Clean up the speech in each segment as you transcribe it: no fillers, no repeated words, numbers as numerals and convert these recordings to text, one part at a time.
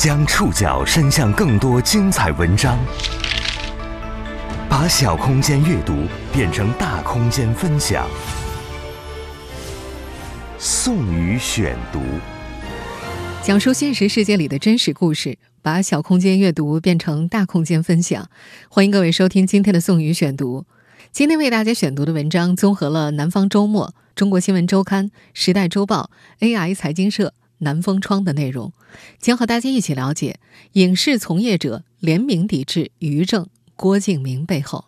将触角伸向更多精彩文章，把小空间阅读变成大空间分享。宋宇选读， 讲述现实世界里的真实故事，把小空间阅读变成大空间分享。欢迎各位收听今天的宋宇选读。今天为大家选读的文章综合了南方周末、中国新闻周刊、时代周报、AI 财经社、南风窗的内容，将和大家一起了解影视从业者联名抵制于正、郭敬明背后。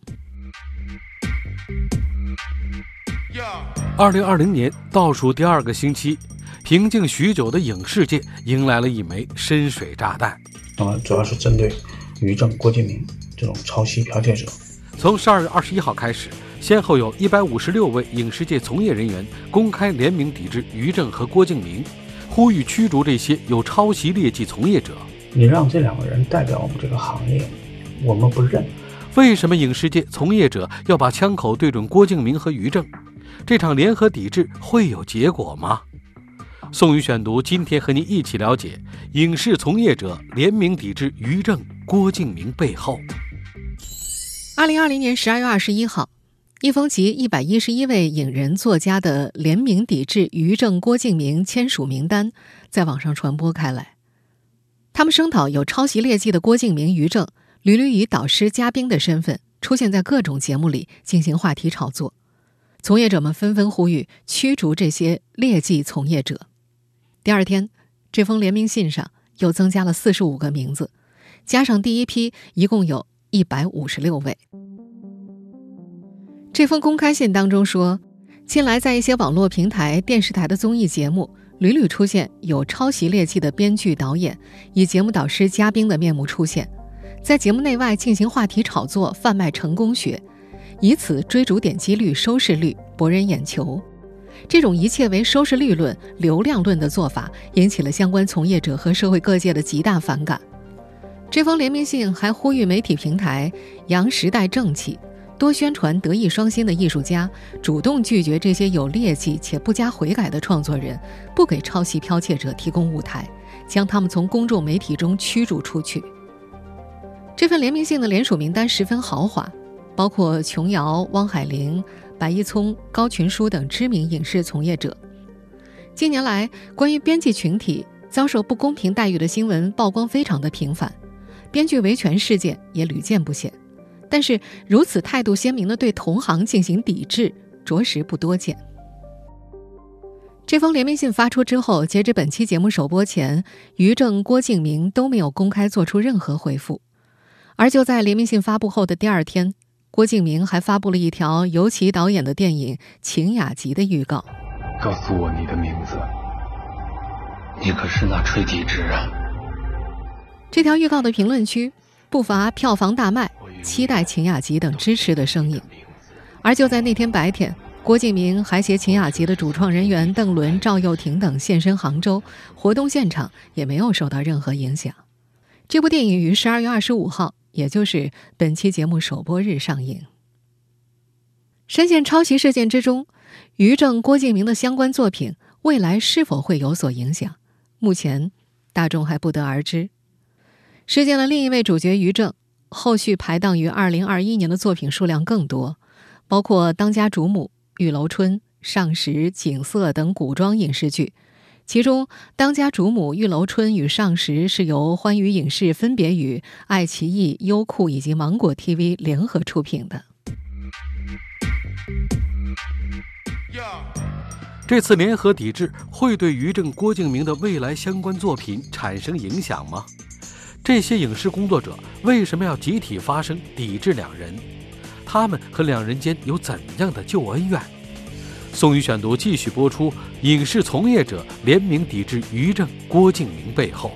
2020年倒数第2个星期，平静许久的影视界迎来了一枚深水炸弹。 主要是针对于正、郭敬明这种抄袭剽窃者。 从12月21号开始，先后有156位影视界从业人员公开联名抵制于正和郭敬明，呼吁驱逐这些有抄袭劣迹从业者。 你让这2个人代表我们这个行业，我们不认。 为什么影视界从业者要把枪口对准郭敬明和于正？这场联合抵制会有结果吗？宋宇选读今天和您一起了解影视从业者联名抵制于正、郭敬明背后。 2020年12月21号，一封集111位影人作家的联名抵制于正、郭敬明签署名单在网上传播开来。他们声讨有抄袭劣迹的郭敬明、于正屡屡以导师、嘉宾的身份出现在各种节目里进行话题炒作。从业者们纷纷呼吁驱逐这些劣迹从业者。第二天，这封联名信上又增加了45个名字，加上第一批一共有156位。这封公开信当中说，近来在一些网络平台、电视台的综艺节目屡屡出现有抄袭劣迹的编剧、导演以节目导师、嘉宾的面目出现，在节目内外进行话题炒作，贩卖成功学，以此追逐点击率、收视率，博人眼球。这种一切为收视率论、流量论的做法引起了相关从业者和社会各界的极大反感。这封联名信还呼吁媒体平台扬时代正气，多宣传德艺双馨的艺术家，主动拒绝这些有劣迹且不加悔改的创作人，不给抄袭剽窃者提供舞台，将他们从公众媒体中驱逐出去。这份联名信的联署名单十分豪华，包括琼瑶、汪海玲、白一聪、高群书等知名影视从业者。近年来，关于编辑群体遭受不公平待遇的新闻曝光非常的频繁，编剧维权事件也屡见不鲜。但是如此态度鲜明地对同行进行抵制，着实不多见。这封联名信发出之后，截至本期节目首播前，于正、郭敬明都没有公开做出任何回复。而就在联名信发布后的第2天，郭敬明还发布了一条尤其导演的电影《晴雅集》的预告。 告诉我你的名字，你可是那吹笛之人。 这条预告的评论区不乏票房大卖、期待晴雅集等支持的声音。而就在那天白天，郭敬明还携晴雅集的主创人员邓伦、赵又廷等现身杭州，活动现场也没有受到任何影响。这部电影于12月25号，也就是本期节目首播日上映。深陷抄袭事件之中，于正、郭敬明的相关作品未来是否会有所影响，目前大众还不得而知。事件的另一位主角于正，后续排档于2021年的作品数量更多，包括《当家主母》、《玉楼春》、《上时》、《景色》等古装影视剧。其中《当家主母》、《玉楼春》与《上时》是由欢娱影视分别与爱奇艺、优酷以及芒果 TV 联合出品的。 这次联合抵制会对于正、郭敬明的未来相关作品产生影响吗？这些影视工作者为什么要集体发声抵制2人？他们和2人间有怎样的旧恩怨？宋宇选读继续播出影视从业者联名抵制于正、郭敬明背后。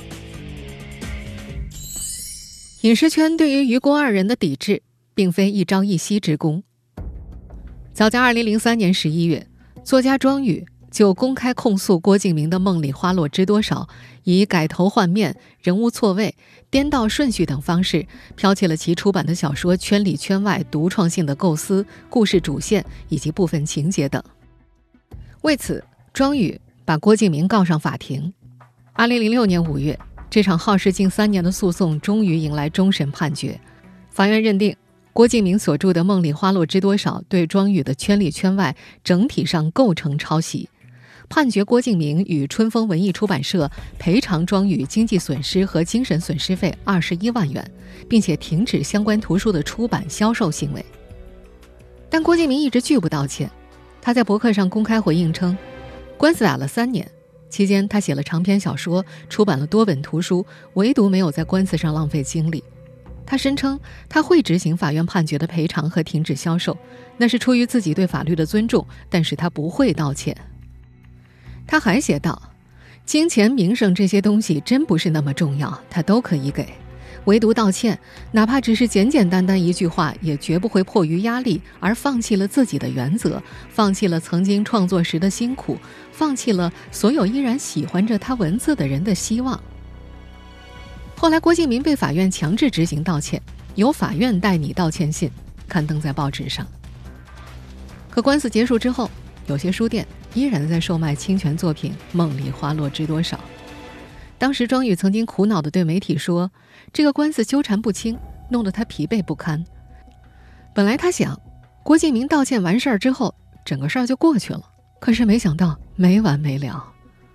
影视圈对于于郭2人的抵制并非一朝一夕之功。早在2003年11月，作家庄宇就公开控诉郭敬明的《梦里花落知多少》以改头换面、人物错位、颠倒顺序等方式剽窃了其出版的小说圈里圈外独创性的构思、故事主线以及部分情节等。为此，庄宇把郭敬明告上法庭。2006年5月， 这场耗时近3年的诉讼终于迎来终审判决。法院认定郭敬明所著的《梦里花落知多少》对庄宇的圈里圈外整体上构成抄袭，判决郭敬明与春风文艺出版社赔偿庄宇经济损失和精神损失费21万元，并且停止相关图书的出版销售行为。但郭敬明一直拒不道歉，他在博客上公开回应称，官司打了3年，期间他写了长篇小说，出版了多本图书，唯独没有在官司上浪费精力。他声称他会执行法院判决的赔偿和停止销售，那是出于自己对法律的尊重，但是他不会道歉。他还写道，金钱名声这些东西真不是那么重要，他都可以给，唯独道歉，哪怕只是简简单单一句话，也绝不会迫于压力而放弃了自己的原则，放弃了曾经创作时的辛苦，放弃了所有依然喜欢着他文字的人的希望。后来郭敬明被法院强制执行道歉，由法院代拟道歉信刊登在报纸上。可官司结束之后，有些书店依然在售卖侵权作品《梦里花落知多少》。当时庄宇曾经苦恼地对媒体说，这个官司纠缠不清，弄得他疲惫不堪。本来他想郭敬明道歉完事儿之后，整个事儿就过去了，可是没想到没完没了。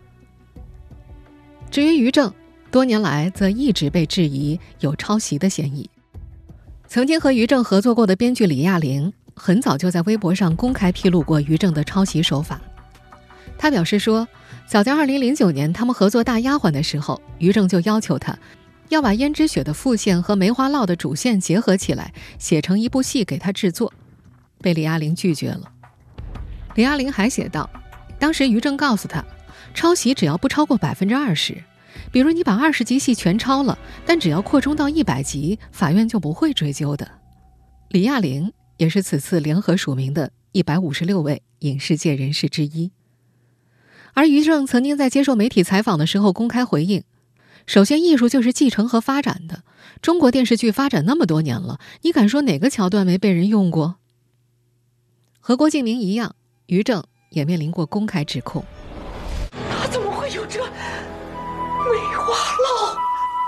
至于于正，多年来则一直被质疑有抄袭的嫌疑。曾经和于正合作过的编剧李亚玲很早就在微博上公开披露过于正的抄袭手法。他表示说，早在2009年他们合作《大丫鬟》的时候，于正就要求他要把胭脂雪的副线和梅花烙的主线结合起来，写成一部戏给他制作，被李亚玲拒绝了。李亚玲还写道，当时于正告诉他，抄袭只要不超过20%，比如你把20集戏全抄了，但只要扩充到100集，法院就不会追究的。李亚玲也是此次联合署名的156位影视界人士之一。而于正曾经在接受媒体采访的时候公开回应，首先艺术就是继承和发展的，中国电视剧发展那么多年了，你敢说哪个桥段没被人用过？和郭敬明一样，于正也面临过公开指控。 他怎么会有这梅花烙？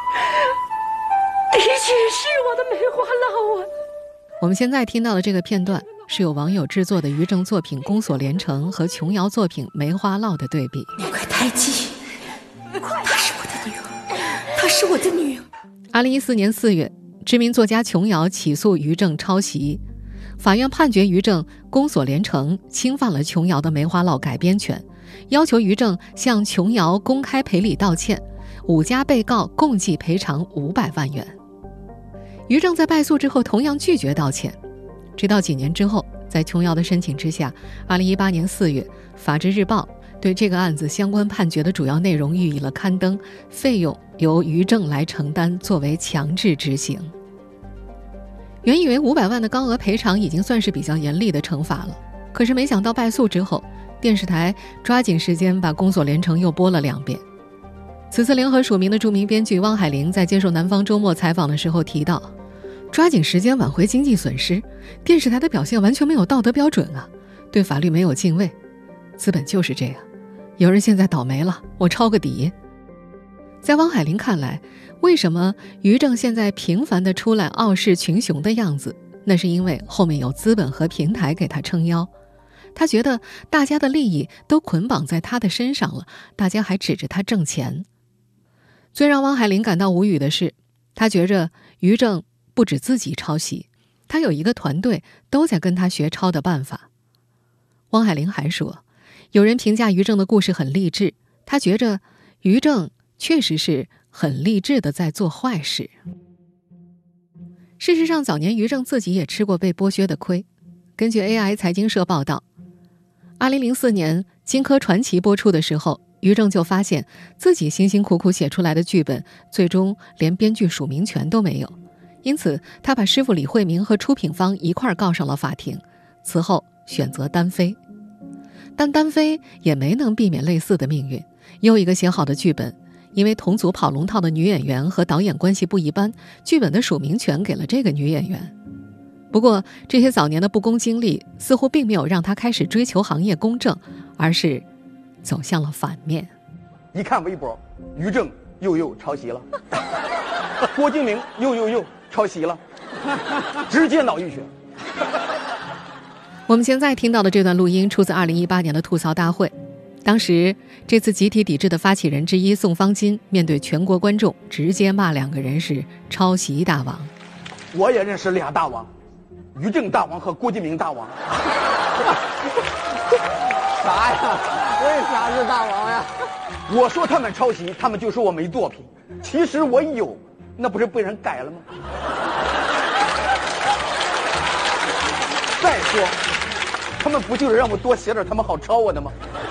的确是我的梅花烙啊！ 我们现在听到的这个片段是有网友制作的于正作品《宫锁连城》和琼瑶作品《梅花烙》的对比。 你快抬起，她是我的女儿，她是我的女儿。 2014年4月，知名作家琼瑶起诉于正抄袭，法院判决于正《宫锁连城》侵犯了琼瑶的《梅花烙》改编权，要求于正向琼瑶公开赔礼道歉，5家被告共计赔偿500万元。于正在败诉之后同样拒绝道歉，直到几年之后，在琼瑶的申请之下，2018年4月，《法制日报》对这个案子相关判决的主要内容予以了刊登，费用由于正来承担，作为强制执行。原以为500万的高额赔偿已经算是比较严厉的惩罚了，可是没想到败诉之后，电视台抓紧时间把《宫锁连城》又播了2遍。此次联合署名的著名编剧汪海玲在接受南方周末采访的时候提到，抓紧时间挽回经济损失，电视台的表现完全没有道德标准啊，对法律没有敬畏。资本就是这样，有人现在倒霉了，我抄个底。在汪海玲看来，为什么于正现在频繁地出来傲视群雄的样子，那是因为后面有资本和平台给他撑腰。他觉得大家的利益都捆绑在他的身上了，大家还指着他挣钱。最让汪海玲感到无语的是，他觉着于正不止自己抄袭，他有一个团队都在跟他学抄的办法。汪海玲还说，有人评价于正的故事很励志，他觉着于正确实是很励志的在做坏事。事实上，早年于正自己也吃过被剥削的亏。根据 AI 财经社报道，2004年《荆轲传奇》播出的时候，于正就发现自己辛辛苦苦写出来的剧本最终连编剧署名权都没有，因此他把师傅李惠明和出品方一块告上了法庭，此后选择单飞。但单飞也没能避免类似的命运，又一个写好的剧本，因为同组跑龙套的女演员和导演关系不一般，剧本的署名权给了这个女演员。不过这些早年的不公经历似乎并没有让他开始追求行业公正，而是走向了反面。 一看微博，于正又抄袭了，郭敬明又抄袭了，直接脑溢血。 我们现在听到的这段录音出自2018年的吐槽大会，当时这次集体抵制的发起人之一宋方金面对全国观众直接骂两个人是抄袭大王。 我也认识俩大王，于正大王和郭敬明大王。 啥呀？为啥是大王呀？ 我说他们抄袭，他们就说我没作品，其实我有，那不是被人改了吗？再说他们不就是让我多写点他们好抄我的吗？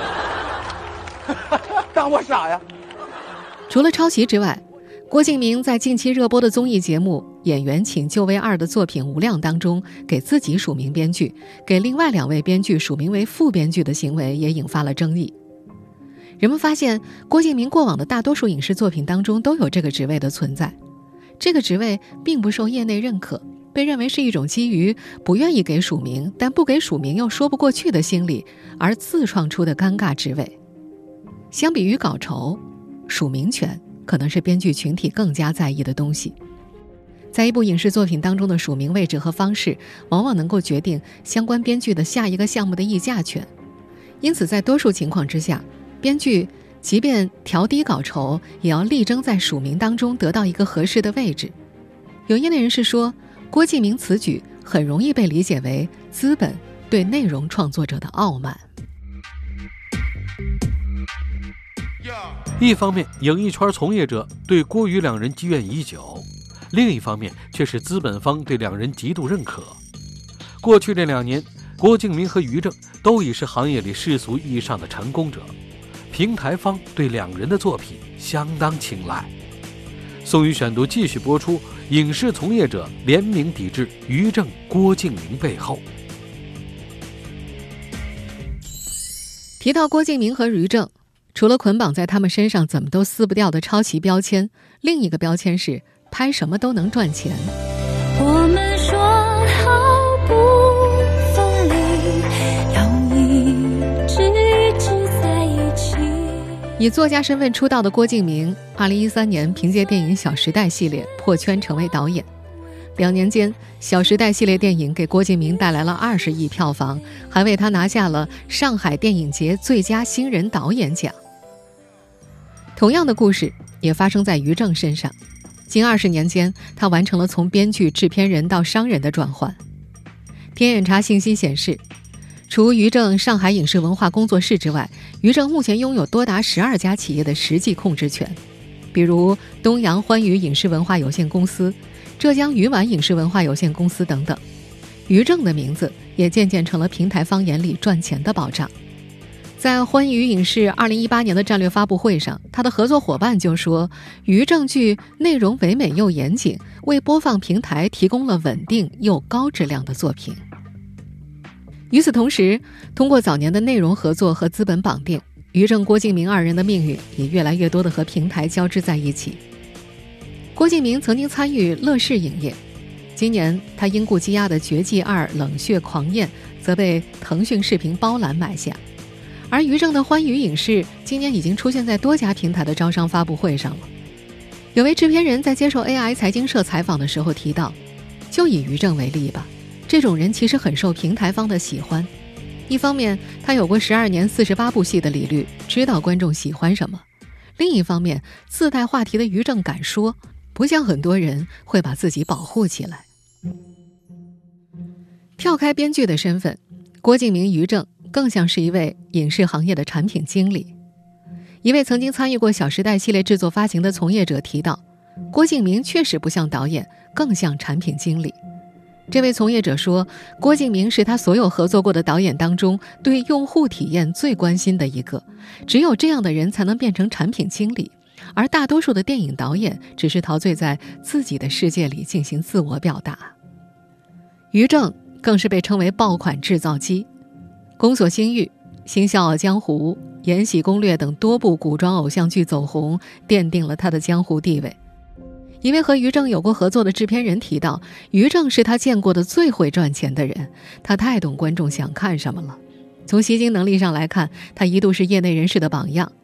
当我傻呀？ 除了抄袭之外，郭敬明在近期热播的综艺节目《演员请就位2》的作品《无量》当中，给自己署名编剧，给另外2位编剧署名为副编剧的行为也引发了争议。人们发现郭敬明过往的大多数影视作品当中都有这个职位的存在，这个职位并不受业内认可，被认为是一种基于不愿意给署名但不给署名又说不过去的心理而自创出的尴尬职位。相比于稿酬，署名权可能是编剧群体更加在意的东西。在一部影视作品当中的署名位置和方式，往往能够决定相关编剧的下一个项目的议价权。因此在多数情况之下，编剧即便调低稿酬，也要力争在署名当中得到一个合适的位置。有业内人士说，郭敬明此举很容易被理解为资本对内容创作者的傲慢。 一方面，影艺圈从业者对郭于两人积怨已久，另一方面却是资本方对两人极度认可。过去这2年，郭敬明和于正都已是行业里世俗意义上的成功者，平台方对两人的作品相当青睐。宋宇选读继续播出，影视从业者联名抵制于正、郭敬明背后。 提到郭敬明和于正，除了捆绑在他们身上怎么都撕不掉的抄袭标签，另一个标签是拍什么都能赚钱。 我们说好不分离，要一直在一起。 以作家身份出道的郭敬明2013年凭借电影《小时代》系列破圈成为导演。2年间，《小时代》系列电影给郭敬明带来了20亿票房，还为他拿下了上海电影节最佳新人导演奖。同样的故事也发生在于正身上，近20年间，他完成了从编剧、制片人到商人的转换。天眼查信息显示，除于正上海影视文化工作室之外，于正目前拥有多达12家企业的实际控制权，比如东阳欢娱影视文化有限公司、浙江鱼丸影视文化有限公司等等。于正的名字也渐渐成了平台方眼里赚钱的保障。在欢娱影视2018年的战略发布会上，他的合作伙伴就说，于正剧内容唯美又严谨，为播放平台提供了稳定又高质量的作品。与此同时，通过早年的内容合作和资本绑定，于正、郭敬明2人的命运也越来越多的和平台交织在一起。郭敬明曾经参与乐视影业，今年他因故积压的《绝技2：冷血狂焰》则被腾讯视频包揽买下。而于正的欢娱影视今年已经出现在多家平台的招商发布会上了。有位制片人在接受 AI 财经社采访的时候提到，就以于正为例吧，这种人其实很受平台方的喜欢。一方面，他有过12年48部戏的履历，知道观众喜欢什么；另一方面，自带话题的于正敢说，不像很多人会把自己保护起来。跳开编剧的身份，郭敬明、于正更像是一位影视行业的产品经理。一位曾经参与过《小时代》系列制作发行的从业者提到，郭敬明确实不像导演，更像产品经理。这位从业者说，郭敬明是他所有合作过的导演当中对用户体验最关心的一个，只有这样的人才能变成产品经理，而大多数的电影导演只是陶醉在自己的世界里进行自我表达。于正更是被称为爆款制造机，宫锁心玉、新笑傲江湖、延禧攻略等多部古装偶像剧走红，奠定了他的江湖地位。一位和于正有过合作的制片人提到，于正是他见过的最会赚钱的人，他太懂观众想看什么了。从吸金能力上来看，他一度是业内人士的榜样。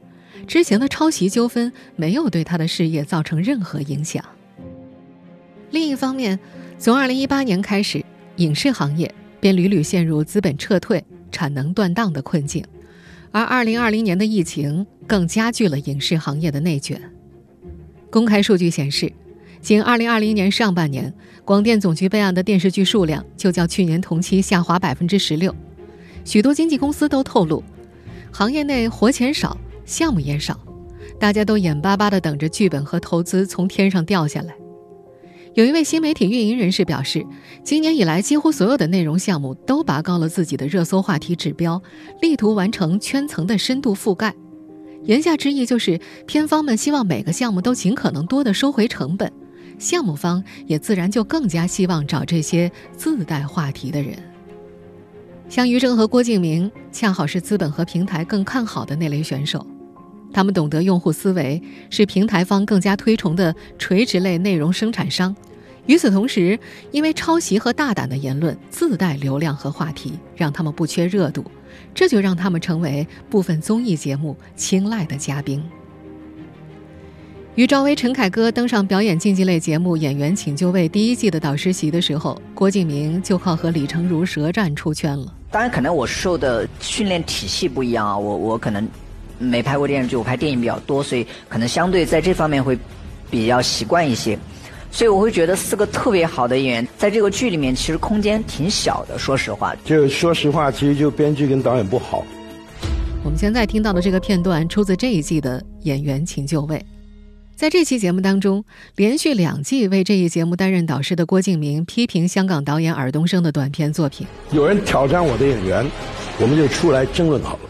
之前的抄袭纠纷没有对他的事业造成任何影响。另一方面，从2018年开始，影视行业便屡屡陷入资本撤退、产能断档的困境，而2020年的疫情更加剧了影视行业的内卷。公开数据显示，仅2020年上半年，广电总局备案的电视剧数量就较去年同期下滑16%。许多经纪公司都透露，行业内活钱少，项目也少，大家都眼巴巴地等着剧本和投资从天上掉下来。有一位新媒体运营人士表示，今年以来几乎所有的内容项目都拔高了自己的热搜话题指标，力图完成圈层的深度覆盖。言下之意就是，片方们希望每个项目都尽可能多地收回成本，项目方也自然就更加希望找这些自带话题的人。像于正和郭敬明，恰好是资本和平台更看好的那类选手。他们懂得用户思维，是平台方更加推崇的垂直类内容生产商。与此同时，因为抄袭和大胆的言论自带流量和话题，让他们不缺热度，这就让他们成为部分综艺节目青睐的嘉宾。与赵薇、陈凯歌登上表演竞技类节目《演员请就位》第1季的导师席的时候，郭敬明就靠和李成儒舌战出圈了。 当然，可能我受的训练体系不一样啊，我可能没拍过电视剧，我拍电影比较多，所以可能相对在这方面会比较习惯一些。所以我会觉得4个特别好的演员在这个剧里面其实空间挺小的，说实话。 就说实话，其实就编剧跟导演不好。 我们现在听到的这个片段出自这一季的《演员请就位》。在这期节目当中，连续2季为这一节目担任导师的郭敬明批评香港导演尔冬升的短片作品。 有人挑战我的演员，我们就出来争论好了。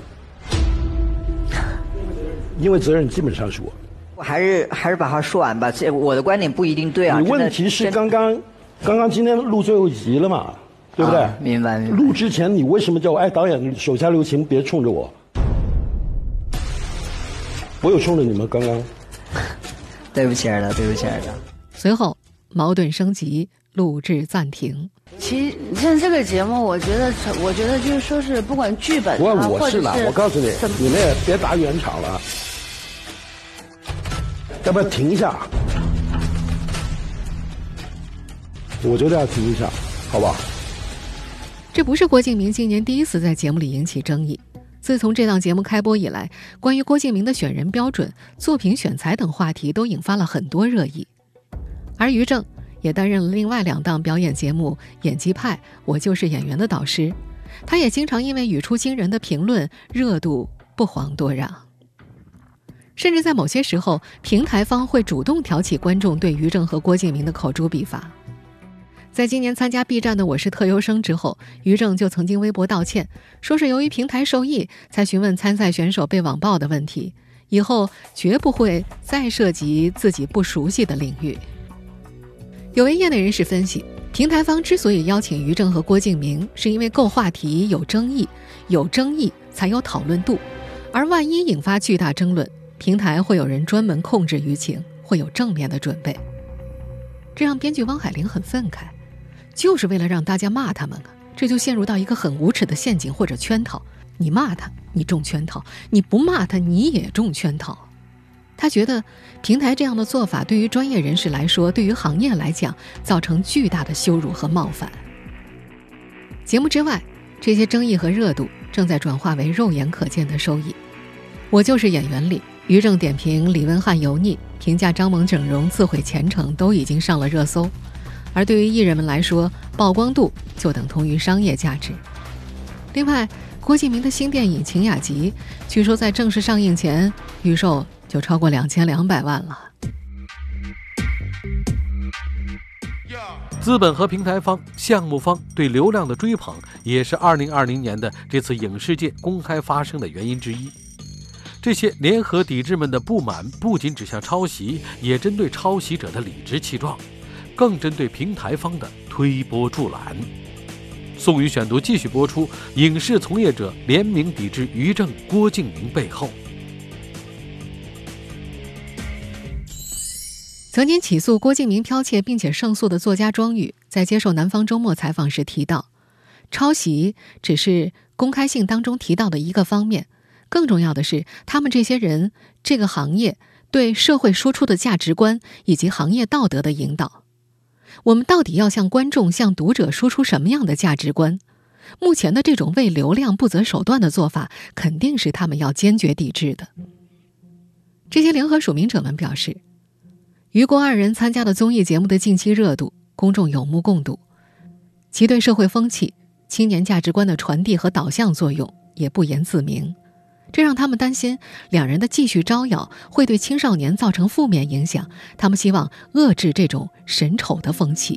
因为责任基本上是我。 我还是把话说完吧，这我的观点不一定对啊。 你问题是刚刚今天录最后一集了嘛，对不对？ 明白。 录之前你为什么叫我导演手下留情，别冲着我？我有冲着你们刚刚？ 对不起儿子，对不起儿子。 随后矛盾升级，录制暂停。 其实像这个节目，我觉得就是说是不管剧本啊， 我是啦，我告诉你，你们也别打圆场了，要不要停一下？我觉得要停一下，好不好？ 这不是郭敬明今年第一次在节目里引起争议。自从这档节目开播以来，关于郭敬明的选人标准、作品选材等话题都引发了很多热议。而于正也担任了另外2档表演节目《演技派》《我就是演员》的导师，他也经常因为语出惊人的评论热度不遑多让。甚至在某些时候，平台方会主动挑起观众对于正和郭敬明的口诛笔伐。在今年参加 B 站的《我是特优生》之后，于正就曾经微博道歉，说是由于平台受益才询问参赛选手被网暴的问题，以后绝不会再涉及自己不熟悉的领域。有位业内人士分析，平台方之所以邀请于正和郭敬明，是因为够话题有争议，有争议才有讨论度，而万一引发巨大争论，平台会有人专门控制舆情，会有正面的准备。这让编剧汪海玲很愤慨，就是为了让大家骂他们啊，这就陷入到一个很无耻的陷阱或者圈套。你骂他，你中圈套；你不骂他，你也中圈套。他觉得平台这样的做法对于专业人士来说，对于行业来讲，造成巨大的羞辱和冒犯。节目之外，这些争议和热度正在转化为肉眼可见的收益。我就是演员里，于正点评李文翰油腻，评价张萌整容自毁前程，都已经上了热搜。而对于艺人们来说，曝光度就等同于商业价值。另外，郭敬明的新电影《晴雅集》据说在正式上映前预售就超过2200万了。 资本和平台方、项目方对流量的追捧，也是2020年的这次影视界公开发声的原因之一。这些联合抵制们的不满，不仅指向抄袭，也针对抄袭者的理直气壮，更针对平台方的推波助澜。宋宇选读继续播出，影视从业者联名抵制于正、郭敬明背后。 曾经起诉郭敬明剽窃并且胜诉的作家庄宇，在接受南方周末采访时提到，抄袭只是公开信当中提到的一个方面， 更重要的是，他们这些人、这个行业对社会输出的价值观以及行业道德的引导。我们到底要向观众、向读者输出什么样的价值观？目前的这种为流量不择手段的做法，肯定是他们要坚决抵制的。这些联合署名者们表示，于郭二人参加的综艺节目的近期热度，公众有目共睹，其对社会风气、青年价值观的传递和导向作用也不言自明。这让他们担心两人的继续招摇会对青少年造成负面影响，他们希望遏制这种审丑的风气。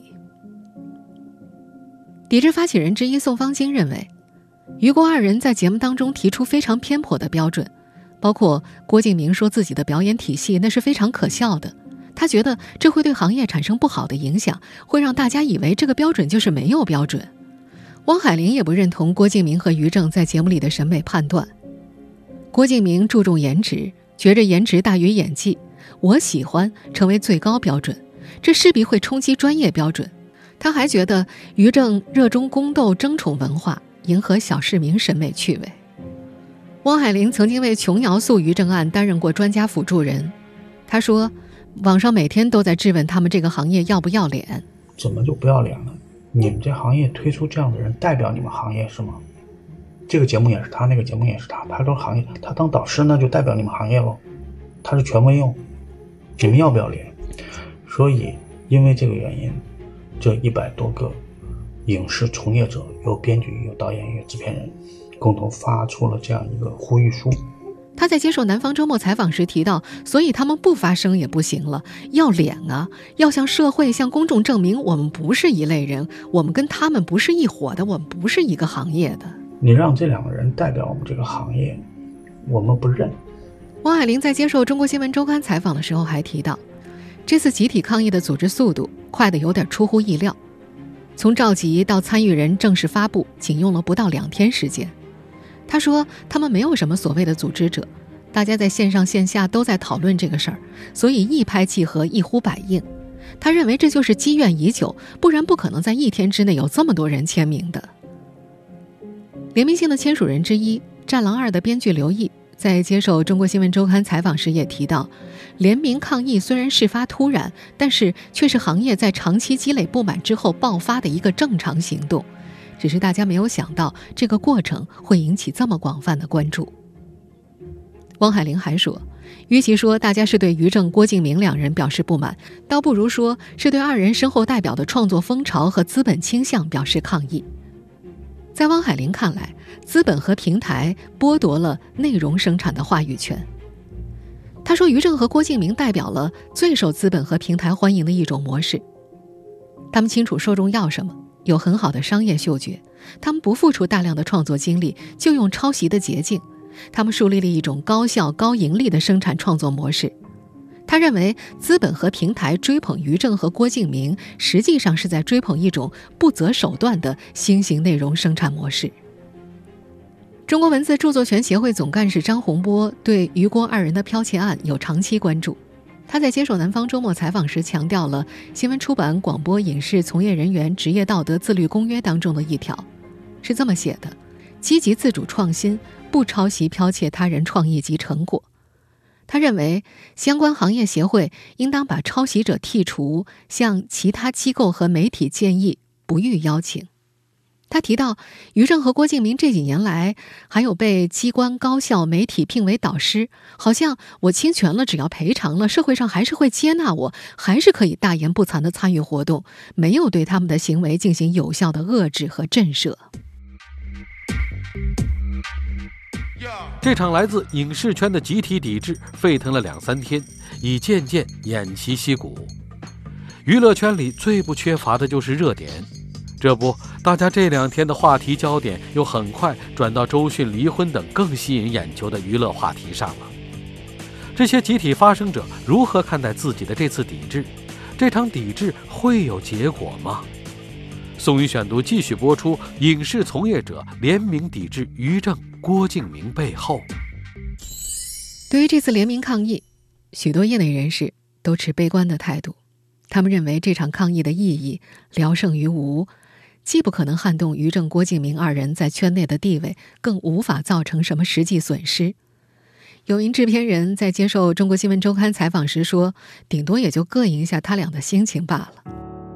抵制发起人之一宋方金认为，于郭二人在节目当中提出非常偏颇的标准，包括郭敬明说自己的表演体系那是非常可笑的，他觉得这会对行业产生不好的影响，会让大家以为这个标准就是没有标准。汪海林也不认同郭敬明和于正在节目里的审美判断。郭敬明注重颜值，觉着颜值大于演技，我喜欢成为最高标准，这势必会冲击专业标准。他还觉得于正热衷宫斗争宠文化，迎合小市民审美趣味。汪海林曾经为琼瑶诉于正案担任过专家辅助人，他说网上每天都在质问他们这个行业要不要脸。 怎么就不要脸了？你们这行业推出这样的人代表你们行业是吗？这个节目也是他，那个节目也是他，他都是行业，他当导师那就代表你们行业咯，他是权威用，你们要不要脸？所以因为这个原因，这100多个影视从业者，有编剧、有导演、有制片人，共同发出了这样一个呼吁书。 他在接受南方周末采访时提到，所以他们不发声也不行了，要脸啊，要向社会、向公众证明我们不是一类人，我们跟他们不是一伙的，我们不是一个行业的。 你让这2个人代表我们这个行业，我们不认。 汪海林在接受中国新闻周刊采访的时候还提到，这次集体抗议的组织速度快得有点出乎意料，从召集到参与人正式发布仅用了不到2天时间。他说他们没有什么所谓的组织者，大家在线上线下都在讨论这个事儿，所以一拍即合，一呼百应。他认为这就是积怨已久，不然不可能在1天之内有这么多人签名的。联名信的签署人之一《战狼2》的编剧刘毅在接受中国新闻周刊采访时也提到，联名抗议虽然事发突然，但是却是行业在长期积累不满之后爆发的一个正常行动，只是大家没有想到这个过程会引起这么广泛的关注。汪海林还说，与其说大家是对于正、郭敬明2人表示不满，倒不如说是对2人身后代表的创作风潮和资本倾向表示抗议。在汪海林看来，资本和平台剥夺了内容生产的话语权。他说，于正和郭敬明代表了最受资本和平台欢迎的一种模式。他们清楚受众要什么，有很好的商业嗅觉，他们不付出大量的创作精力，就用抄袭的捷径，他们树立了一种高效高盈利的生产创作模式。他认为资本和平台追捧于正和郭敬明，实际上是在追捧一种不择手段的新型内容生产模式。中国文字著作权协会总干事张洪波对于郭2人的剽窃案有长期关注。他在接受南方周末采访时强调了新闻出版、广播、影视从业人员职业道德自律公约当中的一条，是这么写的：积极自主创新，不抄袭剽窃他人创意及成果。他认为相关行业协会应当把抄袭者剔除，向其他机构和媒体建议不予邀请。他提到，于正和郭敬明这几年来还有被机关、高校、媒体聘为导师，好像我侵权了，只要赔偿了，社会上还是会接纳我，还是可以大言不惭地参与活动，没有对他们的行为进行有效的遏制和震慑。 这场来自影视圈的集体抵制沸腾了2-3天，已渐渐偃旗息鼓。娱乐圈里最不缺乏的就是热点，这不，大家这2天的话题焦点又很快转到周迅离婚等更吸引眼球的娱乐话题上了。这些集体发声者如何看待自己的这次抵制？这场抵制会有结果吗？宋宇选读继续播出，影视从业者联名抵制于正、郭敬明背后。 对于这次联名抗议，许多业内人士都持悲观的态度。他们认为这场抗议的意义聊胜于无，既不可能撼动于正、郭敬明2人在圈内的地位，更无法造成什么实际损失。 有名制片人在接受中国新闻周刊采访时说，顶多也就膈应一下他俩的心情罢了。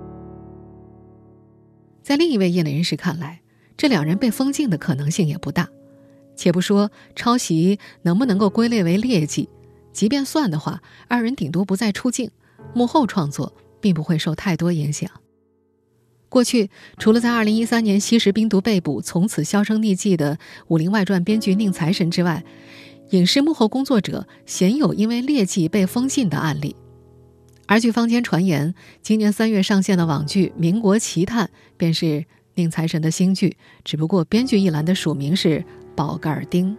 在另一位业内人士看来，这两人被封禁的可能性也不大。且不说抄袭能不能够归类为劣迹，即便算的话，二人顶多不再出镜，幕后创作并不会受太多影响。过去除了在2013年吸食冰毒被捕从此销声匿迹的《武林外传》编剧宁财神之外，影视幕后工作者鲜有因为劣迹被封禁的案例。而据坊间传言，今年3月上线的网剧《民国奇探》便是宁财神的新剧，只不过编剧一栏的署名是宝盖尔丁。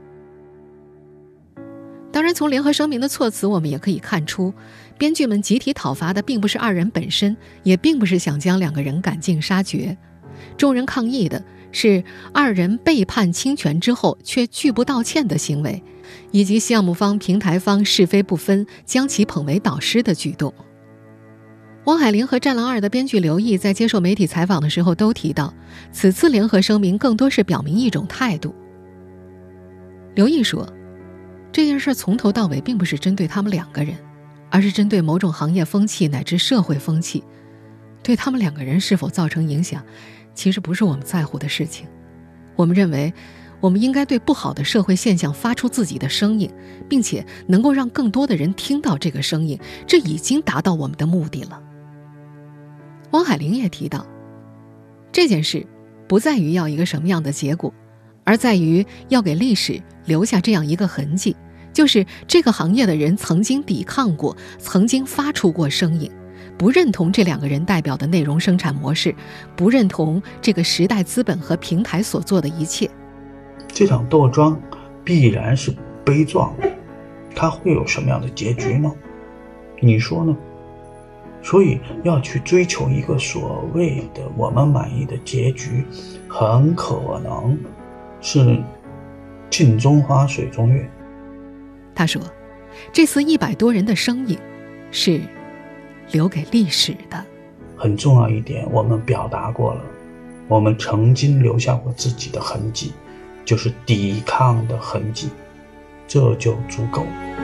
当然，从联合声明的措辞我们也可以看出，编剧们集体讨伐的并不是二人本身，也并不是想将两个人赶尽杀绝，众人抗议的是二人背叛侵权之后却拒不道歉的行为，以及项目方平台方是非不分，将其捧为导师的举动。汪海林和《战狼2》的编剧刘毅在接受媒体采访的时候都提到，此次联合声明更多是表明一种态度。刘毅说，这件事从头到尾并不是针对他们两个人，而是针对某种行业风气乃至社会风气。对他们两个人是否造成影响，其实不是我们在乎的事情。我们认为，我们应该对不好的社会现象发出自己的声音，并且能够让更多的人听到这个声音，这已经达到我们的目的了。汪海林也提到，这件事不在于要一个什么样的结果，而在于要给历史留下这样一个痕迹，就是这个行业的人曾经抵抗过，曾经发出过声音，不认同这两个人代表的内容生产模式，不认同这个时代资本和平台所做的一切。 这场斗争必然是悲壮的，它会有什么样的结局呢？你说呢？所以要去追求一个所谓的我们满意的结局，很可能是镜中花水中月。 他说，这次100多人的声音是留给历史的。 很重要一点，我们表达过了，我们曾经留下过自己的痕迹，就是抵抗的痕迹，这就足够。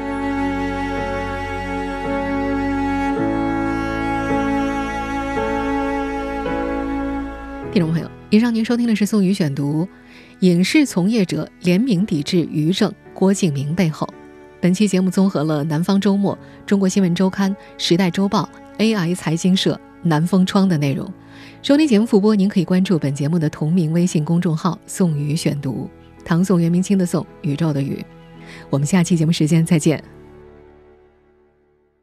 听众朋友，以上您收听的是宋宇选读，影视从业者联名抵制于正郭敬明背后。本期节目综合了南方周末、中国新闻周刊、时代周报、AI 财经社、南风窗的内容。收听节目复播，您可以关注本节目的同名微信公众号宋宇选读，唐宋元明清的宋，宇宙的宇。我们下期节目时间再见。